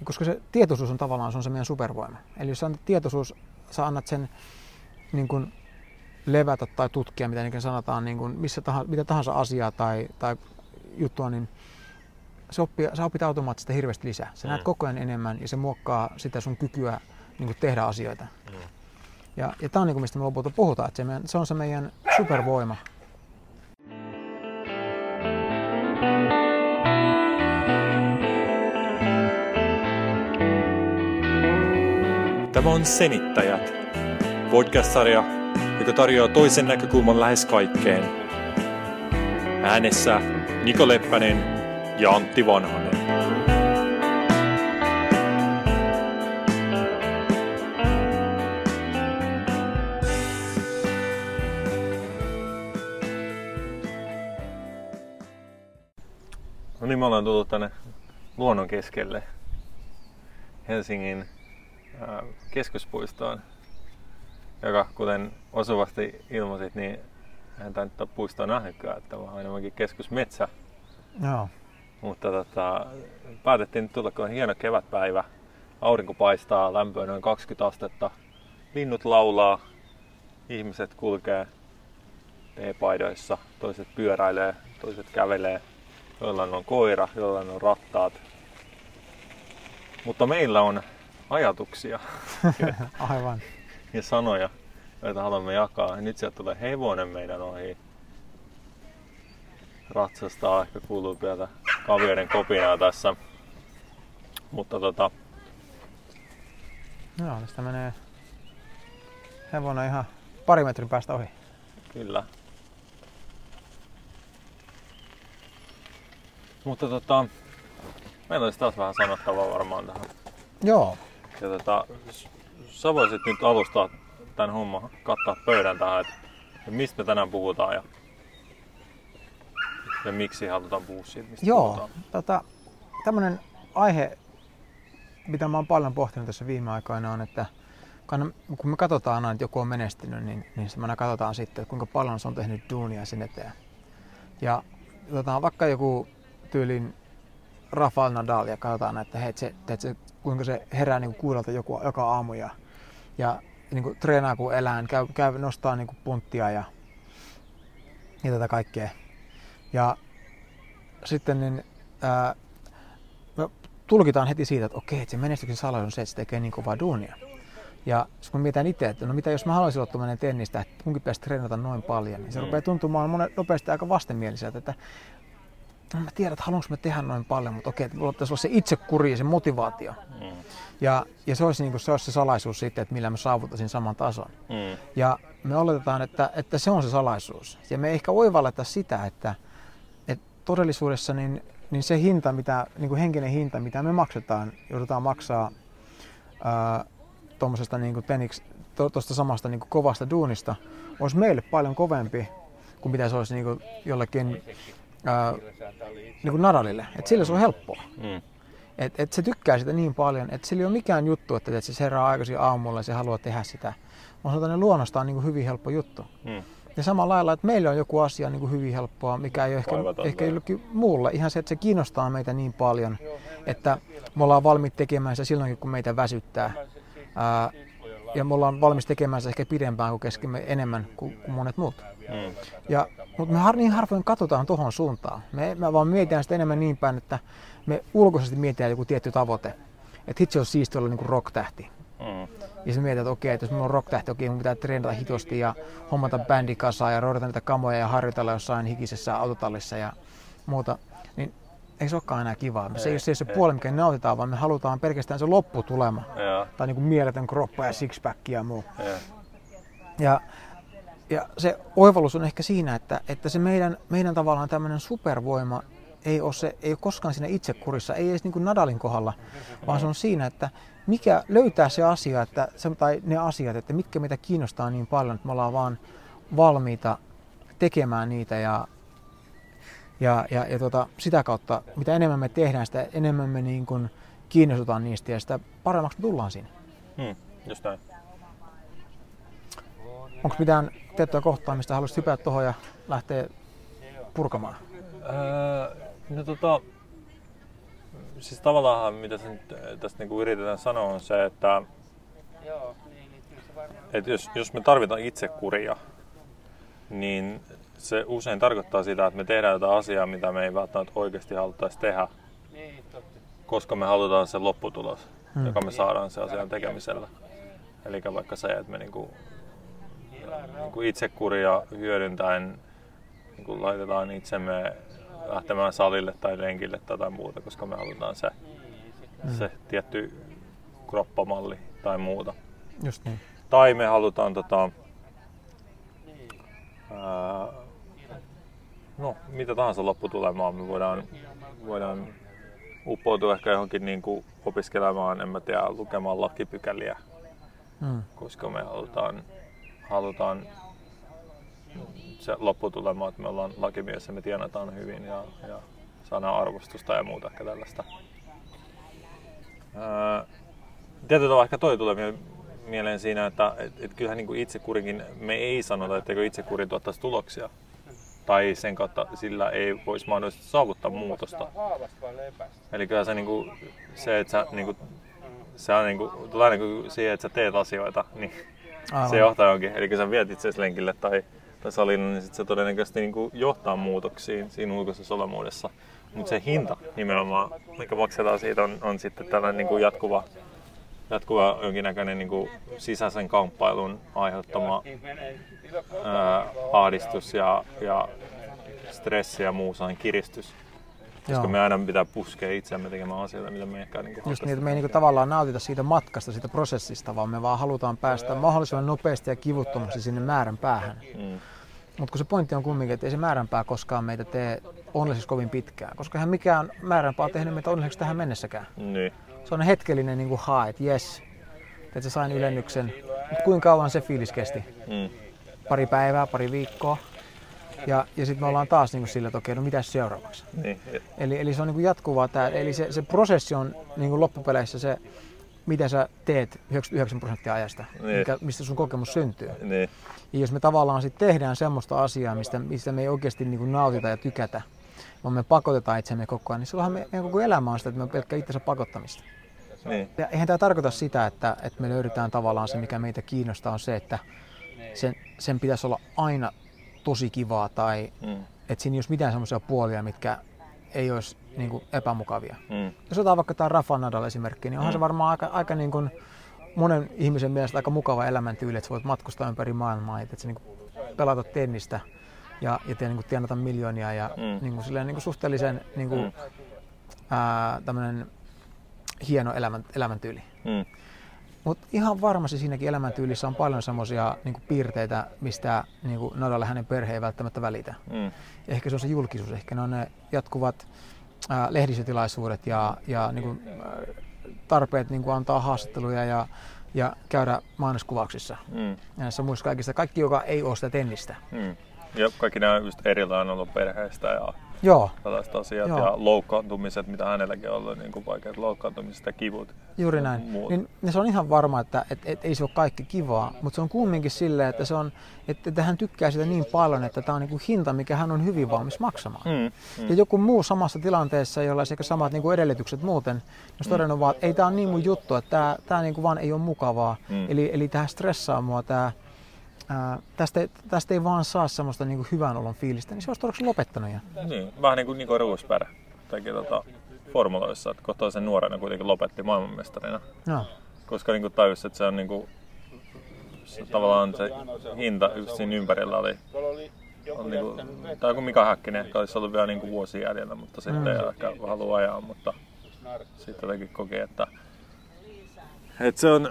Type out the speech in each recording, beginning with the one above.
koska se tietoisuus on tavallaan se meidän supervoima. Eli jos annat tietoisuus, sä annat sen niin kuin levätä tai tutkia, mitä niinkään sanotaan, niin kuin mitä tahansa asiaa tai juttua, niin sä opit automaattisesti hirveästi lisää. Sä näet koko ajan enemmän ja se muokkaa sitä sun kykyä niin kuin tehdä asioita. Ja tää on niin kuin mistä me lopulta puhutaan, että se on se meidän supervoima. Tämä on Senittäjät, podcast-sarja, joka tarjoaa toisen näkökulman lähes kaikkeen. Äänessä Niko Leppänen ja Antti Vanhanen. No niin, me ollaan tullut tänne luonnon keskelle Helsingin keskuspuistoon, joka kuten osuvasti ilmoisit, niin eihän tämä nyt ole puistoa nähnytkään, että on enemmänkin keskusmetsä. Joo. Mutta päätettiin nyt tulla, kun on hieno kevätpäivä, aurinko paistaa, lämpöä noin 20 astetta, linnut laulaa, ihmiset kulkee teepaidoissa, toiset pyöräilee, toiset kävelee, joillain on koira, joillain on rattaat. Mutta meillä on ajatuksia Aivan. ja sanoja, joita haluamme jakaa. Nyt sieltä tulee hevonen meidän ohi. Ratsastaa, ehkä kuuluu pientä kavioiden kopinaa tässä. Mutta Joo, tästä menee hevonen ihan pari metrin päästä ohi. Kyllä. Mutta meillä olisi taas vähän sanottavaa varmaan tähän. Joo. Ja sä voisit nyt alustaa tämän homman, kattaa pöydän tähän, että mistä me tänään puhutaan ja miksi halutaan puhua siitä, mistä puhutaan. Tämmönen aihe, mitä mä oon paljon pohtinut tässä viime aikoina on, että kun me katsotaan aina, että joku on menestynyt, niin me katsotaan sitten, että kuinka paljon se on tehnyt duunia sen eteen. Ja vaikka joku tyylin Rafael Nadal ja katsotaan, että hei, kuinka se herää niin 6 joka aamu ja niin kuin treenaa kuin eläin, käy nostaa niin kuin punttia ja tätä kaikkea. Ja sitten niin, me tulkitaan heti siitä, että okei, että se menestyksen salaisuus on se, että se tekee niin kovaa duunia. Ja kun mietitään itse, että no mitä jos mä haluaisin ottaa tennistä, että munkin pitäisi treenata noin paljon, niin se rupeaa tuntumaan nopeasti aika vastenmieliseltä, että mä tiedän, että haluanko mä tehdä noin paljon, mutta okei, että mulla pitäisi olla se itsekuri ja se motivaatio. Ja se olisi se salaisuus sitten, että millä mä saavuttaisin saman tason. Ja me oletetaan, että se on se salaisuus. Ja me ei ehkä oivalleta sitä, että todellisuudessa niin se hinta, niin kuin henkinen hinta, mitä me joudutaan maksaa tuommoisesta niin tuosta samasta niin kuin kovasta duunista, olisi meille paljon kovempi kuin mitä se olisi niin kuin jollekin niin kuin Nadalille. Että sille se on helppoa. Et se tykkää sitä niin paljon, että sillä ei ole mikään juttu, että se herää aikaisin aamulla ja se haluaa tehdä sitä. On sellainen luonnostaan niin kuin hyvin helppo juttu. Ja samalla lailla, että meillä on joku asia niin kuin hyvin helppoa, mikä ei ole ehkä jollekin muulle. Ihan se, että se kiinnostaa meitä niin paljon, että me ollaan valmiit tekemään se silloinkin, kun meitä väsyttää. Ja me ollaan valmis tekemään se ehkä pidempään kuin enemmän kuin monet muut. Mutta me niin harvoin katsotaan tuohon suuntaan. Me vaan mietitään sitä enemmän niin päin, että me ulkoisesti mietitään joku tietty tavoite. Että hitse on siisti olla niinku rock-tähti. Ja se mietitään, että okei, että jos mulla on rock-tähti, okei, mun pitää treenata hitosti ja hommata bändi kasaan ja roidata niitä kamoja ja harjoitella jossain hikisessä autotallissa ja muuta. Niin ei se olekaan enää kivaa. Se ei ole se puoli, mikä nautitaan, vaan me halutaan pelkästään se lopputulema. Tai niinku mieletön kroppa ja sixpack ja muu. Ja se oivallus on ehkä siinä, että se meidän tavallaan tämmöinen supervoima ei ole koskaan siinä itsekurissa, ei edes niin kuin Nadalin kohdalla, vaan se on siinä, että mikä löytää se asia, tai ne asiat, että mitkä meitä kiinnostaa niin paljon, että me ollaan vaan valmiita tekemään niitä ja sitä kautta, mitä enemmän me tehdään, sitä enemmän me niin kuin kiinnostutaan niistä ja sitä paremmaksi me tullaan siinä. Just näin. Onko mitään tiettyä kohtaa, mistä haluaisit hypätä tuohon ja lähteä purkamaan? siis tavallaan mitä tästä niinku yritetään sanoa on se, että jos me tarvitaan itsekuria, niin se usein tarkoittaa sitä, että me tehdään jotain asiaa, mitä me ei välttämättä oikeasti haluttaisi tehdä, koska me halutaan se lopputulos, joka me saadaan se asian tekemisellä. Eli vaikka se, että me niinku itsekuria hyödyntäen niinku laitetaan itsemme lähtemään salille tai lenkille tai jotain muuta, koska me halutaan se tietty kroppamalli tai muuta. Just niin. Tai me halutaan mitä tahansa lopputulemaan. Me voidaan uppoutua ehkä johonkin niinku opiskelemaan, en mä tiedä, lukemaan lakipykäliä, koska me halutaan se lopputulema, että me ollaan lakimies ja me tienataan hyvin ja saadaan arvostusta ja muuta ehkä tällaista. Tietyllä tavalla ehkä toi tulee mieleen siinä, että kyllähän niin kuin itsekurikin, me ei sanota, etteikö itsekuri tuottaisi tuloksia. Tai sen kautta sillä ei voisi mahdollisesti saavuttaa muutosta. Eli kyllä se, niin kuin, se että sä, niin kuin, se on, niin kuin, tulee niin kuin siihen, että sä teet asioita, niin se johtaa johonkin. Eli kun sä viet itseäsi lenkille tai salilla, niin sit se todennäköisesti niin kuin johtaa muutoksiin siinä ulkoisessa olemuudessa. Mutta se hinta nimenomaan, mikä maksetaan siitä, on sitten tällainen niin kuin jatkuva jonkinnäköinen niin kuin sisäisen kamppailun aiheuttama ahdistus ja stressi ja muu sellainen kiristys. Koska me aina pitää puskea itseämme tekemään asioita, mitä me ehkä niin just niin, että me ei niin tavallaan nautita siitä matkasta, siitä prosessista, vaan me vaan halutaan päästä mahdollisimman nopeasti ja kivuttomasti sinne määränpäähän. Mutta kun se pointti on kumminkin, että ei se määränpää koskaan meitä tee onnelliseksi kovin pitkään, koska eihän mikään määränpää tehnyt meitä onnelliseksi tähän mennessäkään. Niin. Se on hetkellinen niin kuin hae, että jes, että sä sain ylennyksen, mutta kuinka kauan se fiilis kesti? Pari päivää, pari viikkoa. Ja sitten me ollaan taas niin sillä, että okei, no mitäs seuraavaksi? Niin. Eli se on niin jatkuvaa tämä. Eli se prosessi on niin loppupeleissä se, mitä sä teet 99% ajasta, mistä sun kokemus syntyy. Niin. Ja jos me tavallaan sitten tehdään semmoista asiaa, mistä me ei oikeasti niin nautita ja tykätä, vaan me pakotetaan itsemme koko ajan, niin silloinhan meidän koko elämä on sitä, että me on pelkkä itsensä pakottamista. Niin. Ja eihän tämä tarkoita sitä, että me löydetään tavallaan se, mikä meitä kiinnostaa, on se, että sen pitäisi olla aina tosi kivaa tai että siinä ei olisi mitään semmoisia puolia, mitkä ei olisi niin kuin epämukavia. Jos otetaan vaikka tämä Rafa Nadal esimerkki, niin onhan se varmaan aika niin kuin monen ihmisen mielestä aika mukava elämäntyyli, että sä voit matkustaa ympäri maailmaa, että sä niin kuin pelata tennistä ja niin kuin tienata miljoonia ja niin kuin silleen, niin kuin suhteellisen niin kuin, tämmöinen hieno elämäntyyli. Mutta ihan varmasti siinäkin elämäntyylissä on paljon semmoisia niin kuin piirteitä, mistä niin kuin Nadal ja hänen perhe ei välttämättä välitä. Ehkä se on se julkisuus, ehkä ne on ne jatkuvat lehdistötilaisuudet ja niin kuin, tarpeet niin kuin antaa haastatteluja ja käydä mainoskuvauksissa. Ja näissä muissa kaikista, kaikki joka ei ole sitä tennistä. Ja kaikki nämä just erilainen ollut perheestä ja tällaiset asiat ja loukkaantumiset, mitä hänelläkin on ollut, niin kuin vaikeat loukkaantumiset ja kivut. Juuri näin. Niin se on ihan varma, että ei se ole kaikki kivaa, mutta se on kumminkin silleen, että hän tykkää sitä niin paljon, että tämä on niin kuin hinta, mikä hän on hyvin valmis maksamaan. Ja joku muu samassa tilanteessa, jolla sekä samat niin kuin edellytykset muuten, jos todennut vaan, että ei tämä on niin mun juttu, että tämä niin kuin vaan ei ole mukavaa. Eli tämä stressaa mua, tästä ei vaan saa semmoista niin kuin hyvän olon fiilistä, niin se olisi todellakin lopettanut. Niin, vähän niin kuin Nico Rosberg teki formuloissa, että kohtaisen nuorena kuitenkin lopetti maailmanmestarina. No. Koska niin kuin tajusi, että se on niin kuin, tavallaan se hinta just siinä ympärillä oli niin kuin, tai joku Mika Häkkinen ehkä olisi ollut vielä niin kuin vuosia jäljellä, mutta sitten ei ehkä halua ajaa, mutta sitten jotenkin koki, että se on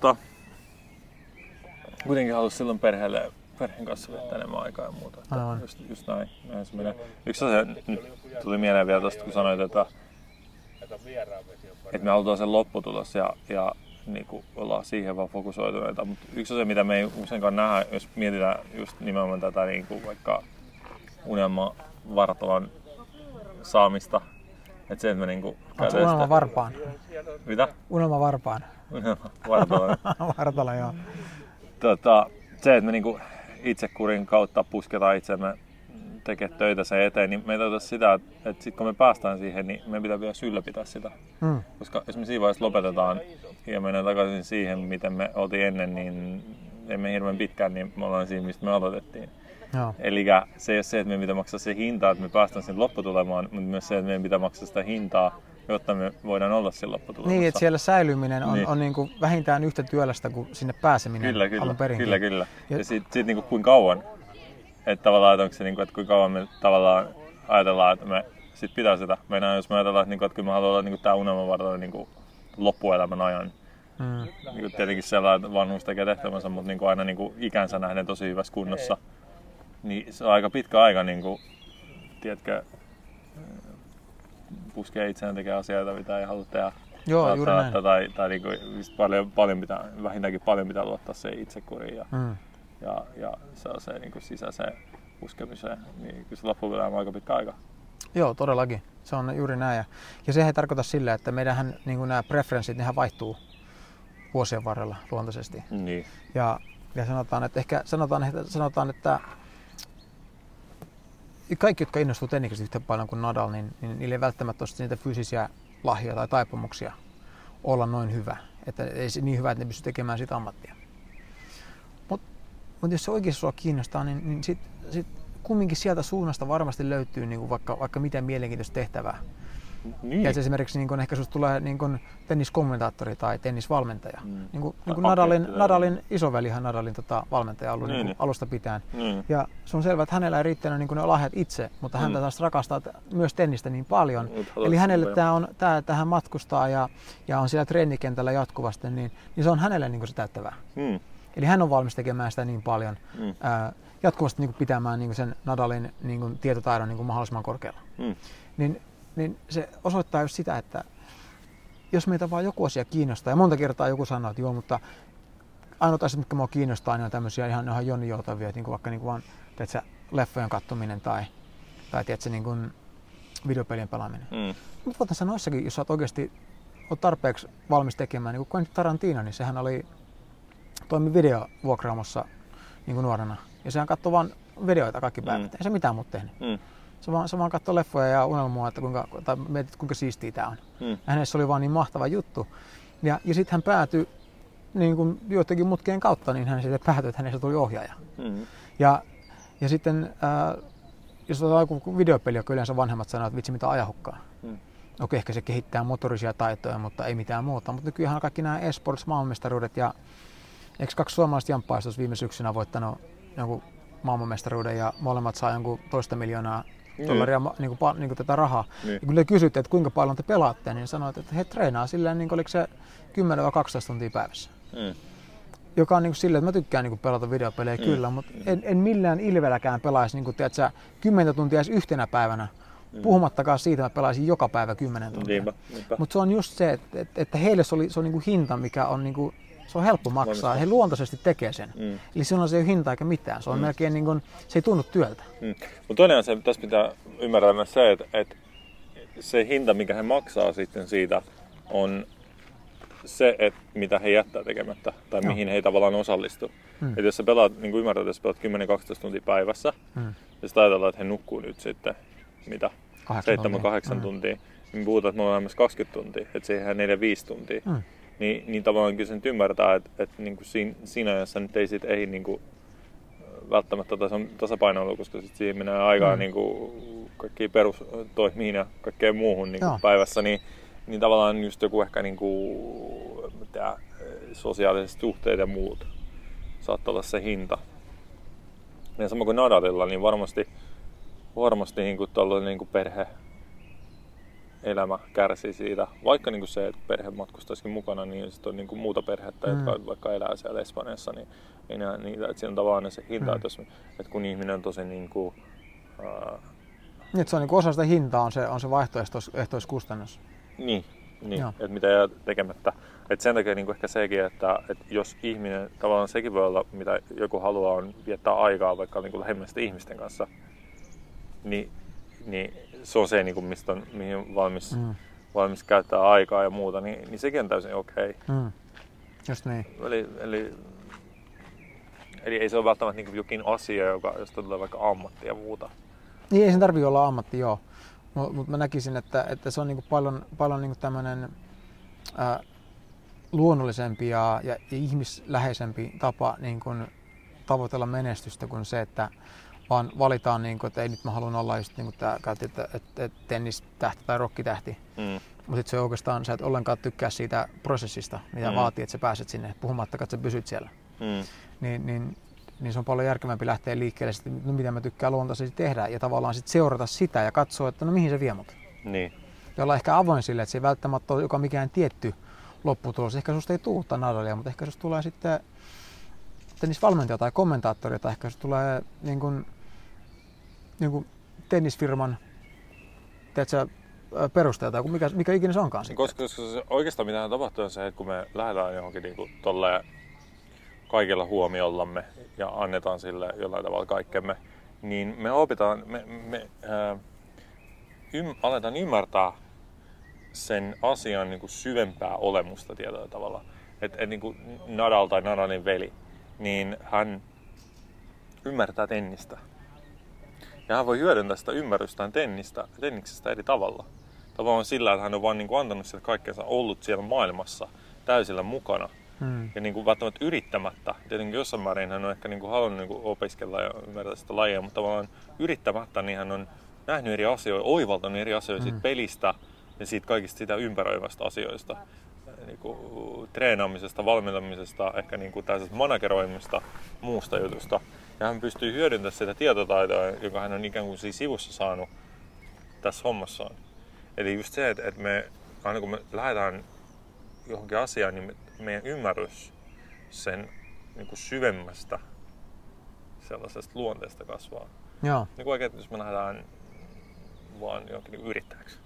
kuitenkin halusi silloin perheen kanssa viettää enemmän aikaa ja muuta. Just näin se menee. Yksi asia nyt tuli mieleen vielä tuosta, kun sanoit, että me halutaan sen lopputulos ja niin kuin ollaan siihen vaan fokusoituneita. Mutta yksi asia, mitä me ei useinkaan nähdä, jos mietitään just nimenomaan tätä niin kuin vaikka unelmavartalan saamista. Että se, että me niinku käytetään sitä... Unelmavarpaan. Mitä? Unelmavarpaan. Unelmavartala. Vartala, joo. Se, että me niinku itsekurin kautta pusketaan itsemme tekemään töitä sen eteen, niin me ei tarvita sitä, että sitten kun me päästään siihen, niin meidän pitää vielä ylläpitää sitä. Koska jos me siinä vaiheessa lopetetaan ja mennään takaisin siihen, miten me oltiin ennen, niin emme hirveän pitkään, niin me ollaan siinä, mistä me aloitettiin. Eli se ei ole se, että meidän pitää maksaa se hintaa, että me päästään sinne lopputulemaan, mutta myös se, että meidän pitää maksaa sitä hintaa, jotta me voidaan olla siinä lopputulemassa. Niin, että siellä säilyminen on niin kuin vähintään yhtä työlästä kuin sinne pääseminen alun perin. Kyllä. Ja sitten niin kuinka kauan, että tavallaan, että onko se, niin kuin, että kuinka kauan me tavallaan ajatellaan, että me sit pitää sitä. Meinaan, jos me ajatellaan, että kyllä me haluamme olla niin tämä unelmanvartalo niin loppuelämän ajan. Niin tietenkin sellainen vanhuus tekee tehtävänsä, mutta niin aina niin ikänsä nähden tosi hyvässä kunnossa. Niin se on aika pitkä aika, niin kuin, tiedätkö, puskee itseään tekemään asioita, mitä ei halua tehdä. Joo, juuri näin. Tai niin kuin, vähintäänkin paljon pitää luottaa se itsekuriin. Ja se on se niin kuin sisäiseen puskemiseen. Niin kyllä se loppuu aika pitkä aika. Joo, todellakin. Se on juuri näin. Ja se ei tarkoita sillä, että meidänhän niin kuin nämä preferenssit, nehän vaihtuu vuosien varrella luontaisesti. Niin. Ja sanotaan, että kaikki, jotka innostuu tenniksestä yhtä paljon kuin Nadal, niin niillä ei välttämättä ole niitä fyysisiä lahjoja tai taipumuksia olla noin hyvä. Että ei se niin hyvä, että ne pystyy tekemään sitä ammattia. Mutta jos se oikeasti sua kiinnostaa, niin sit kumminkin sieltä suunnasta varmasti löytyy niin kuin vaikka miten mielenkiintoista tehtävää. Niin. Ja esimerkiksi niin ehkä susta tulee niin tenniskommentaattori tai tennisvalmentaja. Niin kuin Nadalin isovälihän Nadalin valmentaja ollut niin alusta pitäen. Ja se on selvää, että hänellä ei riittänyt niin ne lahjat itse, mutta häntä taas rakastaa myös tennistä niin paljon. Eli hänelle tämä, että hän matkustaa ja on siellä treenikentällä jatkuvasti, niin se on hänelle niin se täyttävää. Eli hän on valmis tekemään sitä niin paljon, jatkuvasti niin pitämään niin sen Nadalin niin tietotaidon niin mahdollisimman korkealla. Niin se osoittaa just sitä, että jos meitä vaan joku asia kiinnostaa, ja monta kertaa joku sanoo, että joo, mutta ainoat asiat, mitkä mua kiinnostaa, niin on tämmöisiä ihan jonninjoutavia, että vaikka vaan leffojen katsominen tai videopelien pelaaminen. Mutta voitan sanoa jossakin, jos sä oot tarpeeksi valmis tekemään, niin kuin Tarantino, niin sehän toimi videovuokraamossa niin nuorena. Ja sehän katsoi vaan videoita kaikki päivät, ei se mitään muuta tehnyt. Se vaan katsoi leffoja ja unelmoa, että mietit, kuinka siistiä tää on. Ja hänessä oli vaan niin mahtava juttu. Ja sitten hän päätyi niin kuin joidenkin mutkien kautta, niin hän sitten päätyi, että hänestä tuli ohjaaja. Ja sitten, jos on joku videopeli, joka yleensä vanhemmat sanoo, että vitsi mitä ajahukkaa. Okei, ehkä se kehittää motorisia taitoja, mutta ei mitään muuta. Mutta nykyään on kaikki nämä e-sports maailmanmestaruudet ja eikö 2 suomalaista jamppaista viime syksynä voittanut jonkun maailmanmestaruuden ja molemmat saa jonkun $200 miljoonaa niin tätä rahaa. Ja kun te kysytte, että kuinka paljon te pelaatte, niin sanoit, että he treenaa silleen, niin oliko se 10-12 tuntia päivässä. Joka on niin silleen, että mä tykkään niin pelata videopelejä kyllä, mutta en millään ilvelläkään pelaisi niin 10 tuntia edes yhtenä päivänä. Puhumattakaan siitä, että mä pelaisin joka päivä 10 tuntia. Mutta se on just se, että heille se on niin hinta, mikä on niin se on helppo maksaa. He luontaisesti tekee sen. Eli silloin se ei ole hinta eikä mitään. Se on melkein niin kuin, se ei tunnu työltä. Mutta toinen on se, että tässä pitää ymmärtää myös se, että se hinta, mikä he maksaa sitten siitä, on se, että mitä he jättää tekemätä tai mihin he ei tavallaan osallistu. Että jos sä pelaat, niin kuin ymmärrät, jos pelaat 10-12 tuntia päivässä, ja sitten ajatellaan, että he nukkuu nyt sitten, mitä, 7-8 tuntia, niin puhutaan, että me ollaan myös 20 tuntia, että se ihan 4-5 tuntia. Niin tavallaan kyllä sen ymmärtää, että niin kuin siinä ajassa nyt ei sit niin kuin välttämättä tasapainoilua, koska sit siihen menee aikaa niin kuin kaikkiin perustoimiin ja kaikkeen muuhun niin kuin päivässä, niin tavallaan just joku ehkä niin kuin, sosiaaliset suhteet ja muut saattaa olla se hinta. Ja sama kuin Nadalilla, niin varmasti niin kuin tuollainen niin kuin perhe-elämä kärsii siitä. Vaikka niin kuin se, että perhe matkustaisikin mukana, niin sitten on niin kuin muuta perhettä, jotka vaikka elää siellä Espanjassa, niin ei näe niitä. Että siinä on tavallaan se hinta, että kun ihminen on tosi niin kuin... Että se on niin kuin osa sitä hintaa, on se vaihtoehtoiskustannus. Niin että mitä jää tekemättä. Et sen takia niin ehkä sekin, että jos ihminen, tavallaan sekin voi olla, mitä joku haluaa, on viettää aikaa vaikka niin lähemmäisten ihmisten kanssa, niin se on se, niin kuin, mihin valmis käyttää aikaa ja muuta, niin sekin on täysin okei. Just niin. Eli ei se ole välttämättä niin jokin asia, josta tulee vaikka ammatti ja muuta. Niin ei sen tarvitse olla ammatti, joo. Mutta mä näkisin, että se on niinku paljon niinku tämmöinen luonnollisempi ja ihmisläheisempi tapa niinku tavoitella menestystä kuin se, että vaan valitaan, niinku, että ei nyt mä haluan olla just niinku tää että tennistähti tai rokkitähti. Mutta sitten se oikeastaan, sä et ollenkaan tykkää siitä prosessista, mitä vaatii, että sä pääset sinne, puhumattakaan, että sä pysyt siellä. Niin se on paljon järkevämpi lähteä liikkeelle, että no, mitä mä tykkään luontaisesti tehdä ja tavallaan sit seurata sitä ja katsoa, että no mihin se vie mut. Niin. Ja olla ehkä avoin sille, että se ei välttämättä ole joka mikään tietty lopputulos. Ehkä susta ei tule uutta Nadalia, mutta ehkä susta tulee sitten tennisvalmentaja tai kommentaattori tai ehkä susta tulee niin kuin tennisfirman perustaja tai mikä ikinä se onkaan. Koska se oikeastaan mitä tapahtuu on se, että kun me lähdetään johonkin niin kuin tolleen kaikella huomiollamme ja annetaan sille jollain tavalla kaikkemme, niin me opitaan, aletaan ymmärtää sen asian niin kuin syvempää olemusta tietyllä tavalla. Et niin kuin Nadal tai Nadalin veli, niin hän ymmärtää tennistä. Ja hän voi hyödyntää sitä ymmärrystään tenniksestä eri tavalla. Tavallaan sillä, että hän on vaan niin kuin antanut sieltä kaikkensa, ollut siellä maailmassa täysillä mukana. Ja niin kuin välttämättä yrittämättä. Tietenkin jossain määrin hän on ehkä niin kuin halunnut niin kuin opiskella ja ymmärtää sitä lajia, mutta tavallaan yrittämättä niin hän on nähnyt eri asioita, oivaltanut eri asioita siitä pelistä ja siitä kaikista sitä ympäröivästä asioista. Niin kuin treenaamisesta, valmentamisesta, ehkä niin kuin tällaisesta manageroimista, muusta jutusta. Ja hän pystyy hyödyntämään sitä tietotaitoa, joka hän on ikään kuin siinä sivussa saanut tässä hommassaan. Eli just se, että me, aina kun me lähdetään johonkin asiaan, niin meidän ymmärrys sen niin kuin syvemmästä sellaisesta luonteesta kasvaa. Joo. Niin kuin oikein, jos me lähdetään vaan johonkin niin yrittäjäksi,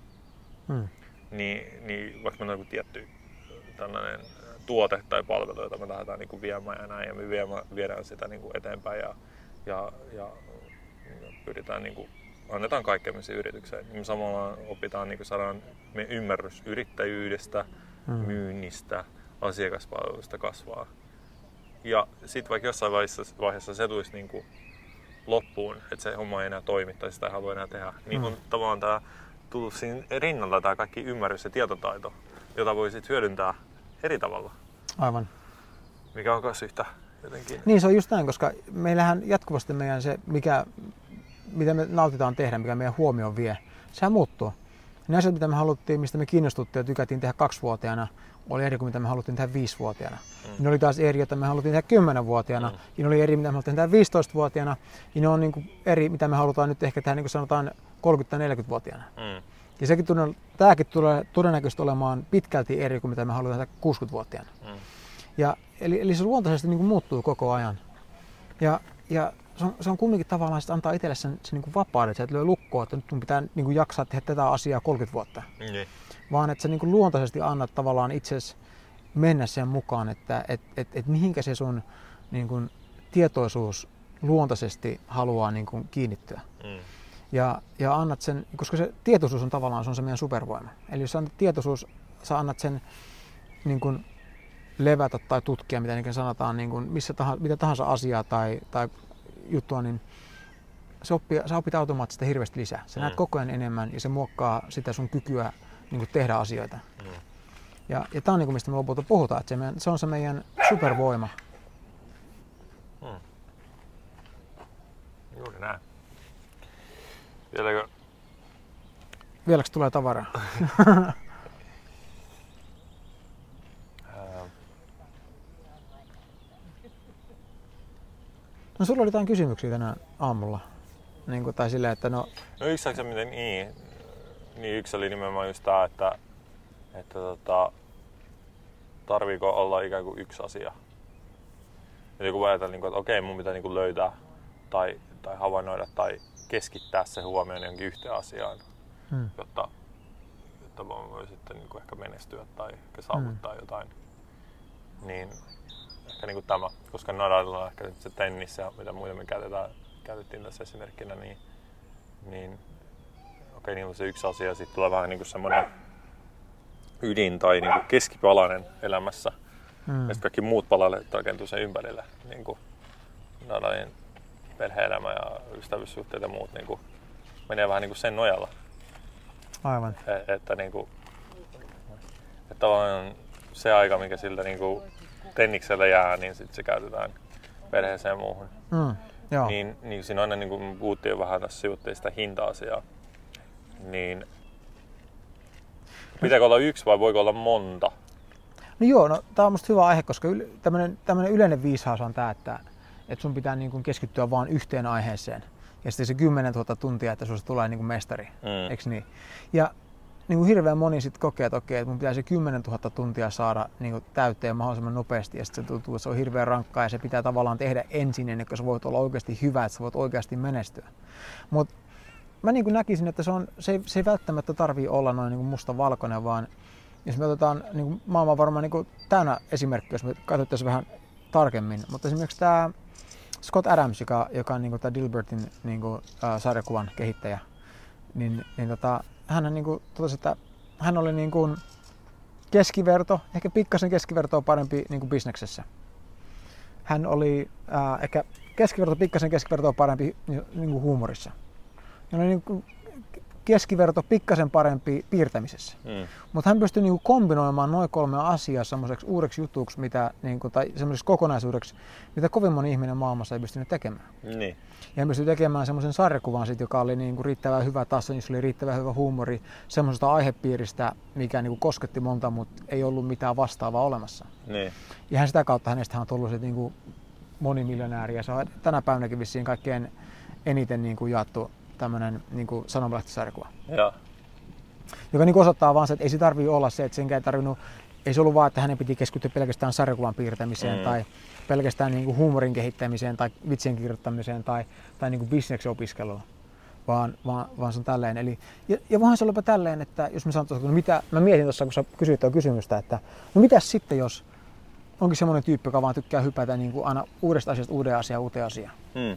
niin vaikka meillä on joku tietty tällainen tuote tai palvelu, jota me lähdetään niin kuin viemään ja näin, ja me viedään sitä niin kuin eteenpäin ja pyritään, niin kuin, annetaan kaikkemme siihen yritykseen. Niin me samalla opitaan, niin kuin saadaan meidän ymmärrys yrittäjyydestä, myynnistä, asiakaspalvelusta kasvaa. Ja sitten vaikka jossain vaiheessa se tulisi niin kuin loppuun, että se homma ei enää toimi tai sitä ei halua enää tehdä, niin on tavallaan tämä tullut siinä rinnalla tämä kaikki ymmärrys ja tietotaito, jota voi sitten hyödyntää eri tavalla. Aivan. Mikä on myös yhtä jotenkin. Niin se on just näin, koska meillähän jatkuvasti meidän se, mitä me nautitaan tehdä, mikä meidän huomioon vie, sehän muuttuu. Ne asiat, mitä me haluttiin, mistä me kiinnostuttiin ja tykättiin tehdä 2-vuotiaana, oli eri kuin mitä me haluttiin tehdä 5-vuotiaana. Ne oli taas eri, että me haluttiin tehdä 10-vuotiaana, ja ne oli eri, mitä me haluttiin tehdä 15-vuotiaana, ja ne on niin kuin eri, mitä me halutaan nyt ehkä tehdä, niin kuin sanotaan 30-40-vuotiaana. Ja tämäkin tulee todennäköisesti olemaan pitkälti eri kuin mitä me halutaan tehdä 60-vuotiaana. Eli se luontaisesti niin kuin muuttuu koko ajan. Ja se on kumminkin tavallaan, että antaa itselle sen niin kuin vapauden, että sä et lyö lukkoa, että nyt sun pitää niin kuin jaksaa tehdä tätä asiaa 30 vuotta. Vaan että sä niin kuin luontaisesti annat tavallaan itsesi mennä sen mukaan, että mihinkä se sun niin kuin tietoisuus luontaisesti haluaa niin kuin kiinnittyä. Ja annat sen, koska se tietoisuus on tavallaan se on se meidän supervoima. Eli jos sä annat tietoisuus, sä annat sen niin kuin levätä tai tutkia, mitä niin sanotaan, niin kuin mitä tahansa asiaa tai juttua, niin sä opit automaattisesti hirveästi lisää. Sä näet koko ajan enemmän ja se muokkaa sitä sun kykyä niin kuin tehdä asioita. Ja tää on niin kuin mistä me lopulta puhutaan, että se on se meidän supervoima. Juuri näin. Vieläkö tulee tavaraa? No sulla oli jotain kysymyksiä tänään aamulla. Niin kuin, tai silleen, että no yksi asia, niin yksi oli nimenomaan just tää, että tarviiko olla ikään kuin yksi asia. Eli kun ajatellaan, että okei, mun pitää niin kuin löytää tai havainnoida tai keskittää se huomioon johonkin yhteen asiaan, jotta voi sitten niin kuin ehkä menestyä tai ehkä saavuttaa jotain. Niin ehkä niin kuin tämä, koska Nadalilla on ehkä se tennis ja mitä muita me käytettiin tässä esimerkkinä, niin okei, niin on se yksi asia ja sitten tulee vähän niin kuin semmoinen ydin tai niin kuin keskipalanen elämässä. Ja sitten kaikki muut palalet rakentuu sen ympärille, niin kuin Nadalin perhe-elämä ja ystävyyssuhteet ja muut niin kuin menee vähän niin kuin sen nojalla. Aivan. Että niinku, että on se aika, mikä siltä niinku tenniksellä jää, niin sit se käytetään perheeseen ja muuhun. Joo. Niin siinä aina, niin kuin me puhuttiin jo vähän tässä, sivuttiin sitä hinta-asiaa, niin pitääkö olla yksi vai voiko olla monta? No joo, no tää on musta hyvä aihe, koska tämmönen yleinen viisaus on tää, että sun pitää niin kuin keskittyä vaan yhteen aiheeseen. Ja sitten se 10 000 tuntia, että susta tulee niin kuin mestari, eikö niin? Ja niin kuin hirveän moni sit kokee, että okei, että mun pitää se 10 000 tuntia saada niin kuin täyteen mahdollisimman nopeasti, ja sitten se tuntuu, että se on hirveän rankkaa, ja se pitää tavallaan tehdä ensin, ennen kuin sä voit olla oikeasti hyvä, että sä voit oikeasti menestyä. Mutta mä niin kuin näkisin, että se ei välttämättä tarvii olla noin niin kuin musta-valkoinen, vaan jos me otetaan, niin kuin maailma on varmaan niin kuin täynnä esimerkkejä, jos me katsottaisiin vähän tarkemmin, mutta esimerkiksi tämä Scott Adams, joka on niin kuin Dilbertin niin kuin, sarjakuvan kehittäjä, niin hän niin kuin totesi, että hän oli niin kuin keskiverto, ehkä pikkasen keskivertoa parempi niin kuin bisneksessä. Hän oli ehkä pikkasen keskivertoa parempi niin kuin huumorissa. Hän oli niin kuin keskiverto pikkasen parempi piirtämisessä. Mutta hän pystyi niin kuin kombinoimaan noin 3 asiaa semmoiseksi uudeksi jutuksi, niin kuin, tai semmoiseksi kokonaisuudeksi, mitä kovin moni ihminen maailmassa ei pystynyt tekemään. Niin. Ja hän pystyi tekemään semmoisen sarjakuvan, joka oli niin kuin riittävän hyvä taso, jossa oli riittävän hyvä huumori semmoisesta aihepiiristä, mikä niin kuin kosketti monta, mutta ei ollut mitään vastaavaa olemassa. Niin. Ja hänestä on tullut se niin kuin monimiljonääri, ja se on tänä päivänäkin vissiin kaikkein eniten niin kuin jaettu tämmöinen niin kuin sanomalehtisarjakuva. Ja. Joka niin kuin osoittaa vaan se, että ei se tarvitse olla se, että ei se ollut vaan, että hänen piti keskittyä pelkästään sarjakuvan piirtämiseen tai pelkästään niin kuin huumorin kehittämiseen tai vitsien kirjoittamiseen tai niin kuin bisneksen opiskeluun, vaan se on tälleen. Eli, ja voihan se olla tälleen, että jos mä sanotaan, no mitä, mä mietin tuossa, kun sä kysyit tuota kysymystä, että no mitäs sitten, jos onkin semmoinen tyyppi, joka vaan tykkää hypätä niin kuin aina uudesta asiasta uuteen asiaan.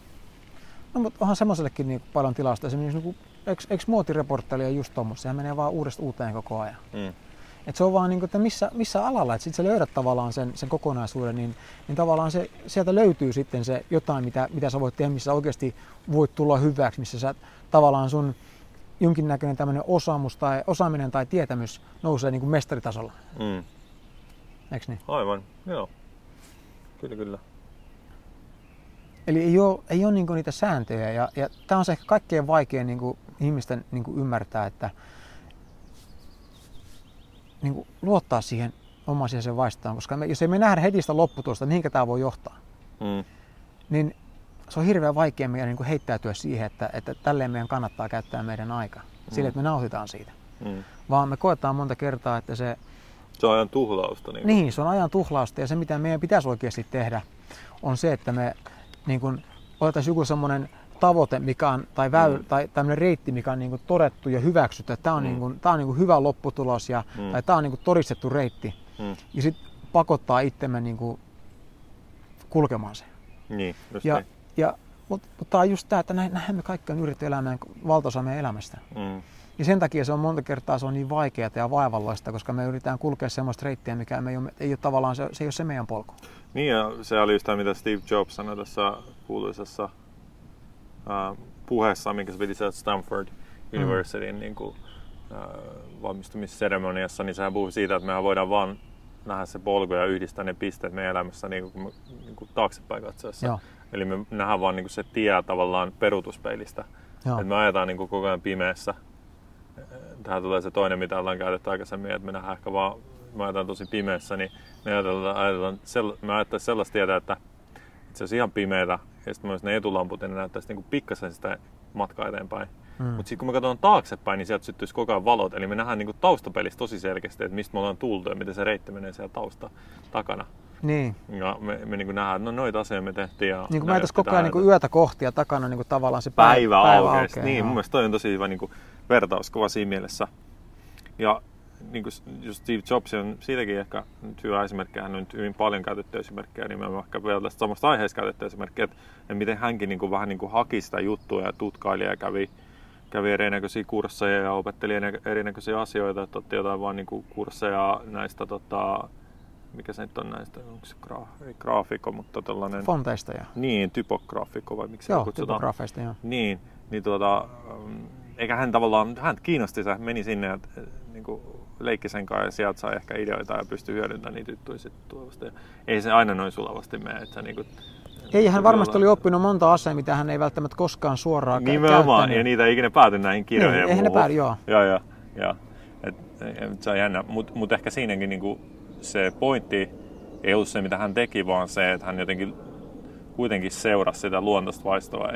No, mutta onhan semmoisellekin niin paljon tilasta. Esimerkiksi niin eikö muotireporttailija just tommoista? Sehän menee vaan uudesta uuteen koko ajan. Et se on vaan, niin kuin, että missä alalla, että sit sä löydät tavallaan sen kokonaisuuden, niin tavallaan sieltä löytyy sitten se jotain, mitä sä voit tehdä, missä oikeasti voit tulla hyväksi, missä sä tavallaan sun jonkinnäköinen tämmöinen osaaminen tai tietämys nousee niin kuin mestaritasolla. Eikö niin? Aivan, joo. Kyllä. Eli ei ole niin kuin niitä sääntöjä, ja tämä on se ehkä kaikkein vaikein niin kuin ihmisten niin kuin ymmärtää, että niin kuin luottaa siihen omaan sisäiseen vaistaan, koska jos ei me nähdä heti sitä lopputulosta, mihinkä tämä voi johtaa, niin se on hirveän vaikea meidän niin kuin heittäytyä siihen, että tälleen meidän kannattaa käyttää meidän aikaa, sille, että me nautitaan siitä. Vaan me koetaan monta kertaa, että se on ajan tuhlausta. Niin, se on ajan tuhlausta, ja se mitä meidän pitäisi oikeasti tehdä on se, että me niin kun otettaisiin joku semmoinen tavoite, mikä on, tai tämmöinen reitti, mikä on niin kuin todettu ja hyväksytty, että tämä on, niin kuin hyvä lopputulos tai tämä on niin kuin todistettu reitti. Ja sitten pakottaa itsemme niin kuin kulkemaan sen. Niin, just mutta tämä on just tämä, että näinhän me kaikki on yritetty elämään valtaosa meidän elämästä. Ja sen takia se on monta kertaa niin vaikeaa ja vaivalloista, koska me yritetään kulkea semmoista reittiä, mikä ei ole tavallaan, se ei ole se meidän polku. Niin, ja se oli just tämä, mitä Steve Jobs sanoi tässä kuuluisessa puheessa, minkä se piti sieltä Stanford Universityn niin kuin, valmistumisseremoniassa, niin sehän puhui siitä, että mehän voidaan vaan nähdä se polku ja yhdistää ne pisteet meidän elämässä niin kuin taaksepäin katsoessa. Joo. Eli me nähdään vaan niin kuin se tie tavallaan peruutuspeilistä. Että me ajetaan niin kuin koko ajan pimeässä. Tähän tulee se toinen, mitä ollaan käytetty aikaisemmin, että me nähdään ehkä vaan, me ajetaan tosi pimeässä, niin me ajattaisiin sellaista tietä, että se olisi ihan pimeätä, ja sitten myös ne etulamput, ja ne näyttäisi niin kuin pikkasen sitä matkaa eteenpäin. Mutta sitten kun me katsotaan taaksepäin, niin sieltä syttyisi koko ajan valot, eli me nähdään niin kuin taustapelissä tosi selkeästi, että mistä me ollaan tultu ja miten se reitti menee siellä tausta takana. Niin. Ja me niin kuin nähdään, että noita asioita me tehtiin. Ja niin kuin me koko ajan niin yötä kohti ja takana niin kuin tavallaan se päivä aukeaa. Niin, mun mielestä toi on tosi hyvä niin kuin vertauskova siinä mielessä. Ja niin kuin just Steve Jobs on siitäkin ehkä nyt hyvä esimerkki, hän on nyt hyvin paljon käytetty esimerkkejä, niin mä ehkä vielä tästä samasta aiheesta käytetty esimerkkiä, että miten hänkin niin kuin vähän niin kuin haki sitä juttua ja tutkaili ja kävi erinäköisiä kursseja ja opetteli erinäköisiä asioita, että otti jotain vaan niin kuin kursseja näistä, mikä se nyt on näistä, onko se graafikko, mutta tällainen... Fonteista, joo. Niin, typograafikko vai miksi se kutsutaan? Joo, typografeista, joo. Niin, eikä hän tavallaan, hän kiinnosti se, meni sinne ja niin leikki sen kanssa ja sieltä sai ehkä ideoita ja pystyi hyödyntämään niitä juttuja sitten tulevasti. Ei se aina noin sulavasti mene. Että ei, hän varmasti oli oppinut monta asiaa, mitä hän ei välttämättä koskaan suoraan nimenomaan, ja niitä ei ikinä pääty näihin kirjoihin. Niin, eihän ne päädy, joo. Joo. Se on jännä, mutta ehkä siinäkin niinku se pointti ei ollut se, mitä hän teki, vaan se, että hän jotenkin kuitenkin seurasi sitä luontaista vaistoa,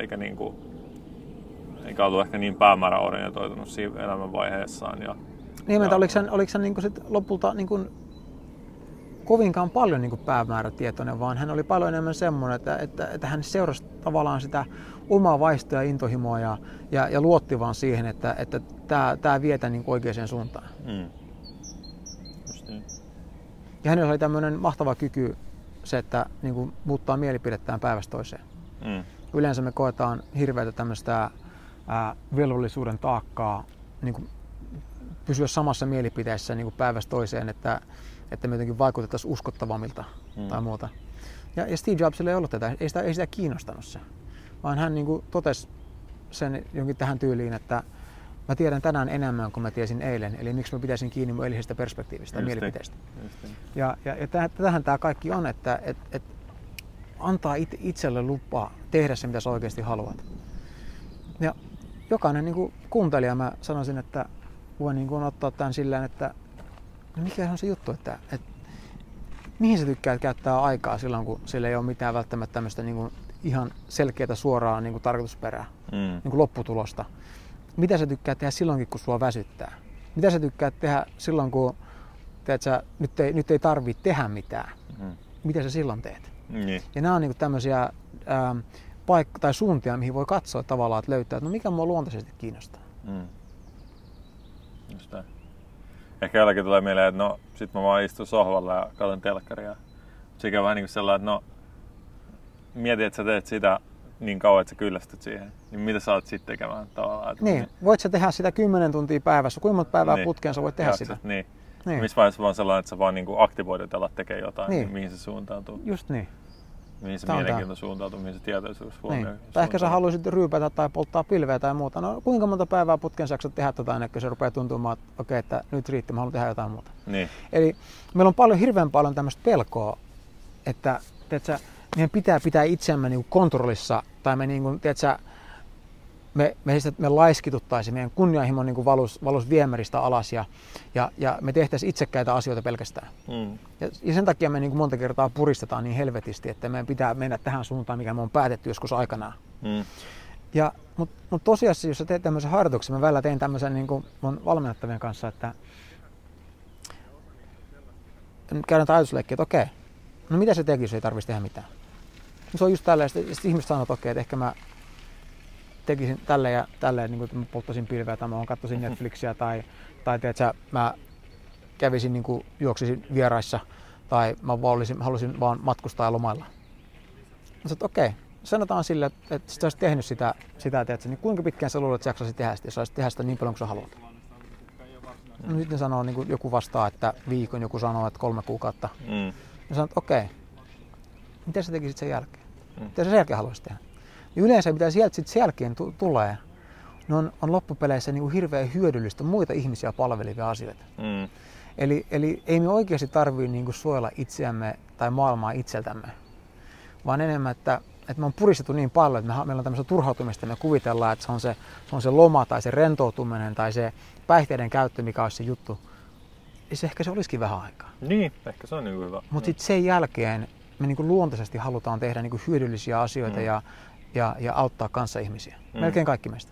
eikä ollut ehkä niin päämääräorientoitunut siinä elämänvaiheessaan. Oliko hän niinku sit lopulta niinku kovinkaan paljon niinku päämäärätietoinen, vaan hän oli paljon enemmän semmoinen, että hän seurasi tavallaan sitä omaa vaistoa ja intohimoa ja luotti vaan siihen, että tämä vie niinku oikeaan suuntaan. Just niin. Ja hänellä oli tämmöinen mahtava kyky se, että niinku muuttaa mielipidettään päivästä toiseen. Yleensä me koetaan hirveätä tämmöistä velvollisuuden taakkaa niinku pysyä samassa mielipiteessä niinku päivästä toiseen, että me jotenkin vaikutettaisiin uskottavammilta tai muuta. Ja Steve Jobsilla ei ollut tätä, ei sitä kiinnostanut se, vaan hän niinku totesi sen jonkin tähän tyyliin, että mä tiedän tänään enemmän kuin mä tiesin eilen, eli miksi mä pitäisin kiinni mun eilisestä perspektiivistä ja mielipiteestä. Ja tähän tämä kaikki on, että antaa itselle lupa tehdä se, mitä sä oikeasti haluat. Ja jokainen niinku kuuntelija, mä sanoisin, että voi niinku ottaa tämän silleen, että mikä on se juttu, että mihin sä tykkäät käyttää aikaa silloin, kun sillä ei ole mitään välttämättä tämmöistä niinku ihan selkeää suoraa niinku tarkoitusperää, niinku lopputulosta. Mitä sä tykkäät tehdä silloinkin, kun sua väsyttää? Mitä sä tykkäät tehdä silloin, kun nyt ei tarvitse tehdä mitään? Mitä sä silloin teet? Ja nämä on niinku tämmöisiä tai suuntia, mihin voi katsoa tavallaan, että löytää, että no mikä mua luontaisesti kiinnostaa. Just näin. Ehkä jollakin tulee mieleen, että no sit mä vaan istun sohvalla ja katson telkkaria. Sekä on vähän niin kuin sellainen, että no mieti, että sä teet sitä niin kauan, että sä kyllästyt siihen. Niin mitä sä oot sitten tekemään tavallaan? Niin, voit sä tehdä sitä 10 tuntia päivässä? Kuinka monta päivää putkeen sä voit tehdä sitä? Niin. Missä vaiheessa vaan sellainen, että sä vaan niin aktivoidut ja alat tekemään jotain, niin mihin se suuntautuu? Just niin. Mihin se mielenkiinto suuntautuu, mihin se tietoisuus huomioon. Niin. Tai ehkä sä haluaisit ryypätä tai polttaa pilveä tai muuta. No kuinka monta päivää putken sä tehdä ennen kuin se rupeaa tuntumaan, että okei, että nyt riittää, mä haluan tehdä jotain muuta. Niin. Eli meillä on hirveän paljon tämmöistä pelkoa, että meidän pitää itseämme niin kontrollissa tai me laiskituttaisiin, meidän kunnianhimo niin valus viemäristä alas ja me tehtäisiin itsekkäitä asioita pelkästään. Ja sen takia me niin monta kertaa puristetaan niin helvetisti, että meidän pitää mennä tähän suuntaan, mikä me on päätetty joskus aikanaan. Mutta tosiasiassa, jos sä teet tämmöisen harjoituksen, mä välillä tein tämmöisen niin mun valmennettavien kanssa, että käydään ajatusleikkiä, että okei, no mitä se tekisi, jos ei tarvitsisi tehdä mitään. Se on just tälleen, sitten ihmiset sanoo, että okei, että ehkä mä tekisin tälleen ja tälleen, niin kuin mä polttaisin pilveä tai mä katsoisin Netflixiä tai tiedätkö, mä kävisin, niin kuin, juoksisin vieraissa tai mä haluaisin vaan matkustaa ja lomailla. Mä sanoin, että okei, sanotaan sille, että sä olisit tehnyt sitä tiedätkö, niin kuinka pitkään sä luulet, että sä jaksaisit tehdä sitä, jos sä olisit tehdä sitä niin paljon kuin sä haluat. No, sitten sanoo, niin kuin joku vastaa, että viikon, joku sanoo, että 3 kuukautta. Mä sanoin, että okei, mitä sä tekisit sen jälkeen? Mitä sä sen jälkeen haluaisit tehdä? Ja yleensä mitä sieltä sitten sen jälkeen tulee, ne on loppupeleissä niin kuin hirveän hyödyllistä muita ihmisiä palvelivia asioita. Eli ei me oikeasti tarvitse niin kuin suojella itseämme tai maailmaa itseltämme, vaan enemmän, että me on puristettu niin paljon, että meillä on tämmöistä turhautumista, me kuvitellaan, että se on se loma tai se rentoutuminen tai se päihteiden käyttö, mikä olisi se juttu. Ja se ehkä se olisikin vähän aikaa. Niin, ehkä se on niin hyvä. Mutta sitten sen jälkeen me niin kuin luontaisesti halutaan tehdä niin kuin hyödyllisiä asioita ja auttaa kanssaihmisiä. Melkein kaikki meistä.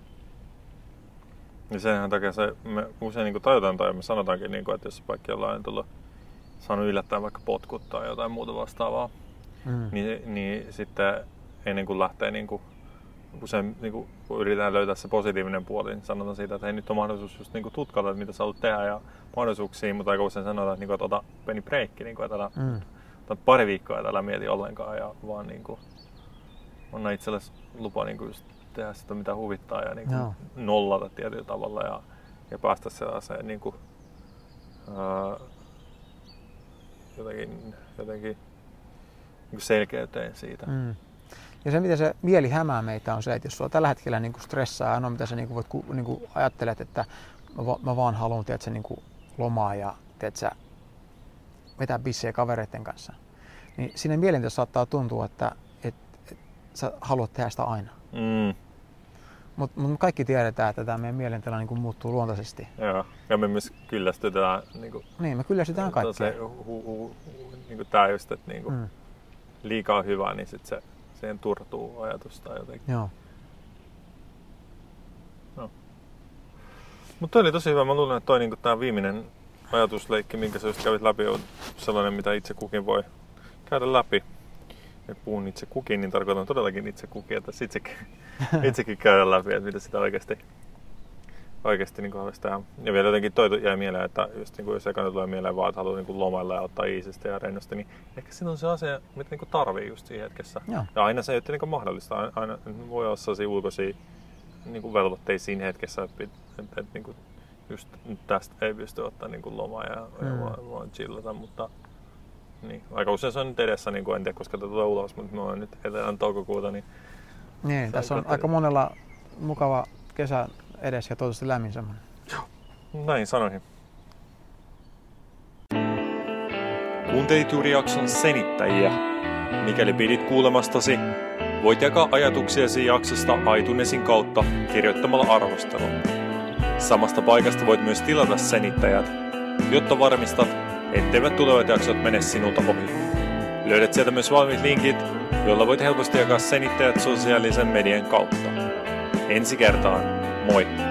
Ja senhän takia me usein niin tajutaan tai me sanotaankin, niin kuin, että jos vaikka jollain on tullut saanut yllättäen vaikka potkut tai jotain muuta vastaavaa, niin sitten ennen kuin lähtee usein kun yritetään löytää se positiivinen puoli, niin sanotaan siitä, että hei, nyt on mahdollisuus just tutkailla, että mitä sä haluat tehdä ja mahdollisuuksia, mutta aika usein sanotaan, että ota pieni breikki, että ota pari viikkoa ja älä mieti ollenkaan ja vaan anna itsellesi lupa just tehdä sitä mitä huvittaa ja nollata tietyllä tavalla ja päästä sellaiseen jotenkin selkeyteen siitä. Ja se, miten se mieli hämää meitä, on se, että jos sulla tällä hetkellä niin kuin stressaa, ainoa mitä sä niin kuin voit, niin kuin ajattelet, että mä vaan haluan niin kuin lomaa ja vetää bissejä kavereiden kanssa, niin siinä mielentilassa saattaa tuntua, että sä haluat tehdä sitä aina. Mutta kaikki tiedetään, että tämä meidän mielentila niin kuin muuttuu luontaisesti. Joo, ja me myös kyllästytetään. Niin, me kyllästytään kaikkeen. Niin tämä just, että liikaa hyvää, niin sitten siihen turtuu ajatus tai jotenkin. Joo. No. Mutta toi oli tosi hyvä. Mä luulen, että toi tämä viimeinen ajatusleikki, minkä sä just kävit läpi, on sellainen, mitä itse kukin voi käydä läpi. Ja puhun itse kukin, niin tarkoitan todellakin itse kukin, että itsekin käydä läpi, että mitä sitä oikeasti niin haluaisi tehdä. Ja vielä jotenkin toi jäi mieleen, että just niin jos ekana tulee mieleen vaan, että haluaa niin lomailla ja ottaa iisistä ja rennosti, niin ehkä siinä on se asia, mitä niin tarvii just siinä hetkessä. Joo. Ja aina se ei ole niin mahdollista. Aina voi olla sellaisia ulkoisia niin velvoitteita siinä hetkessä, että niin just tästä ei pysty ottaa niin lomaa ja vaan chillata, mutta niin, aika usein se on nyt edessä, niin kuin en tiedä koska tätä tulee ulos, mutta me on nyt etelän toukokuuta. Niin, tässä on aika monella mukava kesä edessä ja toivottavasti lämmin semmoinen. Näin sanoihin. Kuuntelit juuri jakson Senittäjiä. Mikäli pidit kuulemastasi, voit jakaa ajatuksiasi jaksosta iTunesin kautta kirjoittamalla arvostelun. Samasta paikasta voit myös tilata Senittäjät, jotta varmistat, etteivät tulevat jaksot mene sinulta ohi. Löydät sieltä myös valmiit linkit, joilla voit helposti jakaa Senittäjät sosiaalisen median kautta. Ensi kertaan, moi!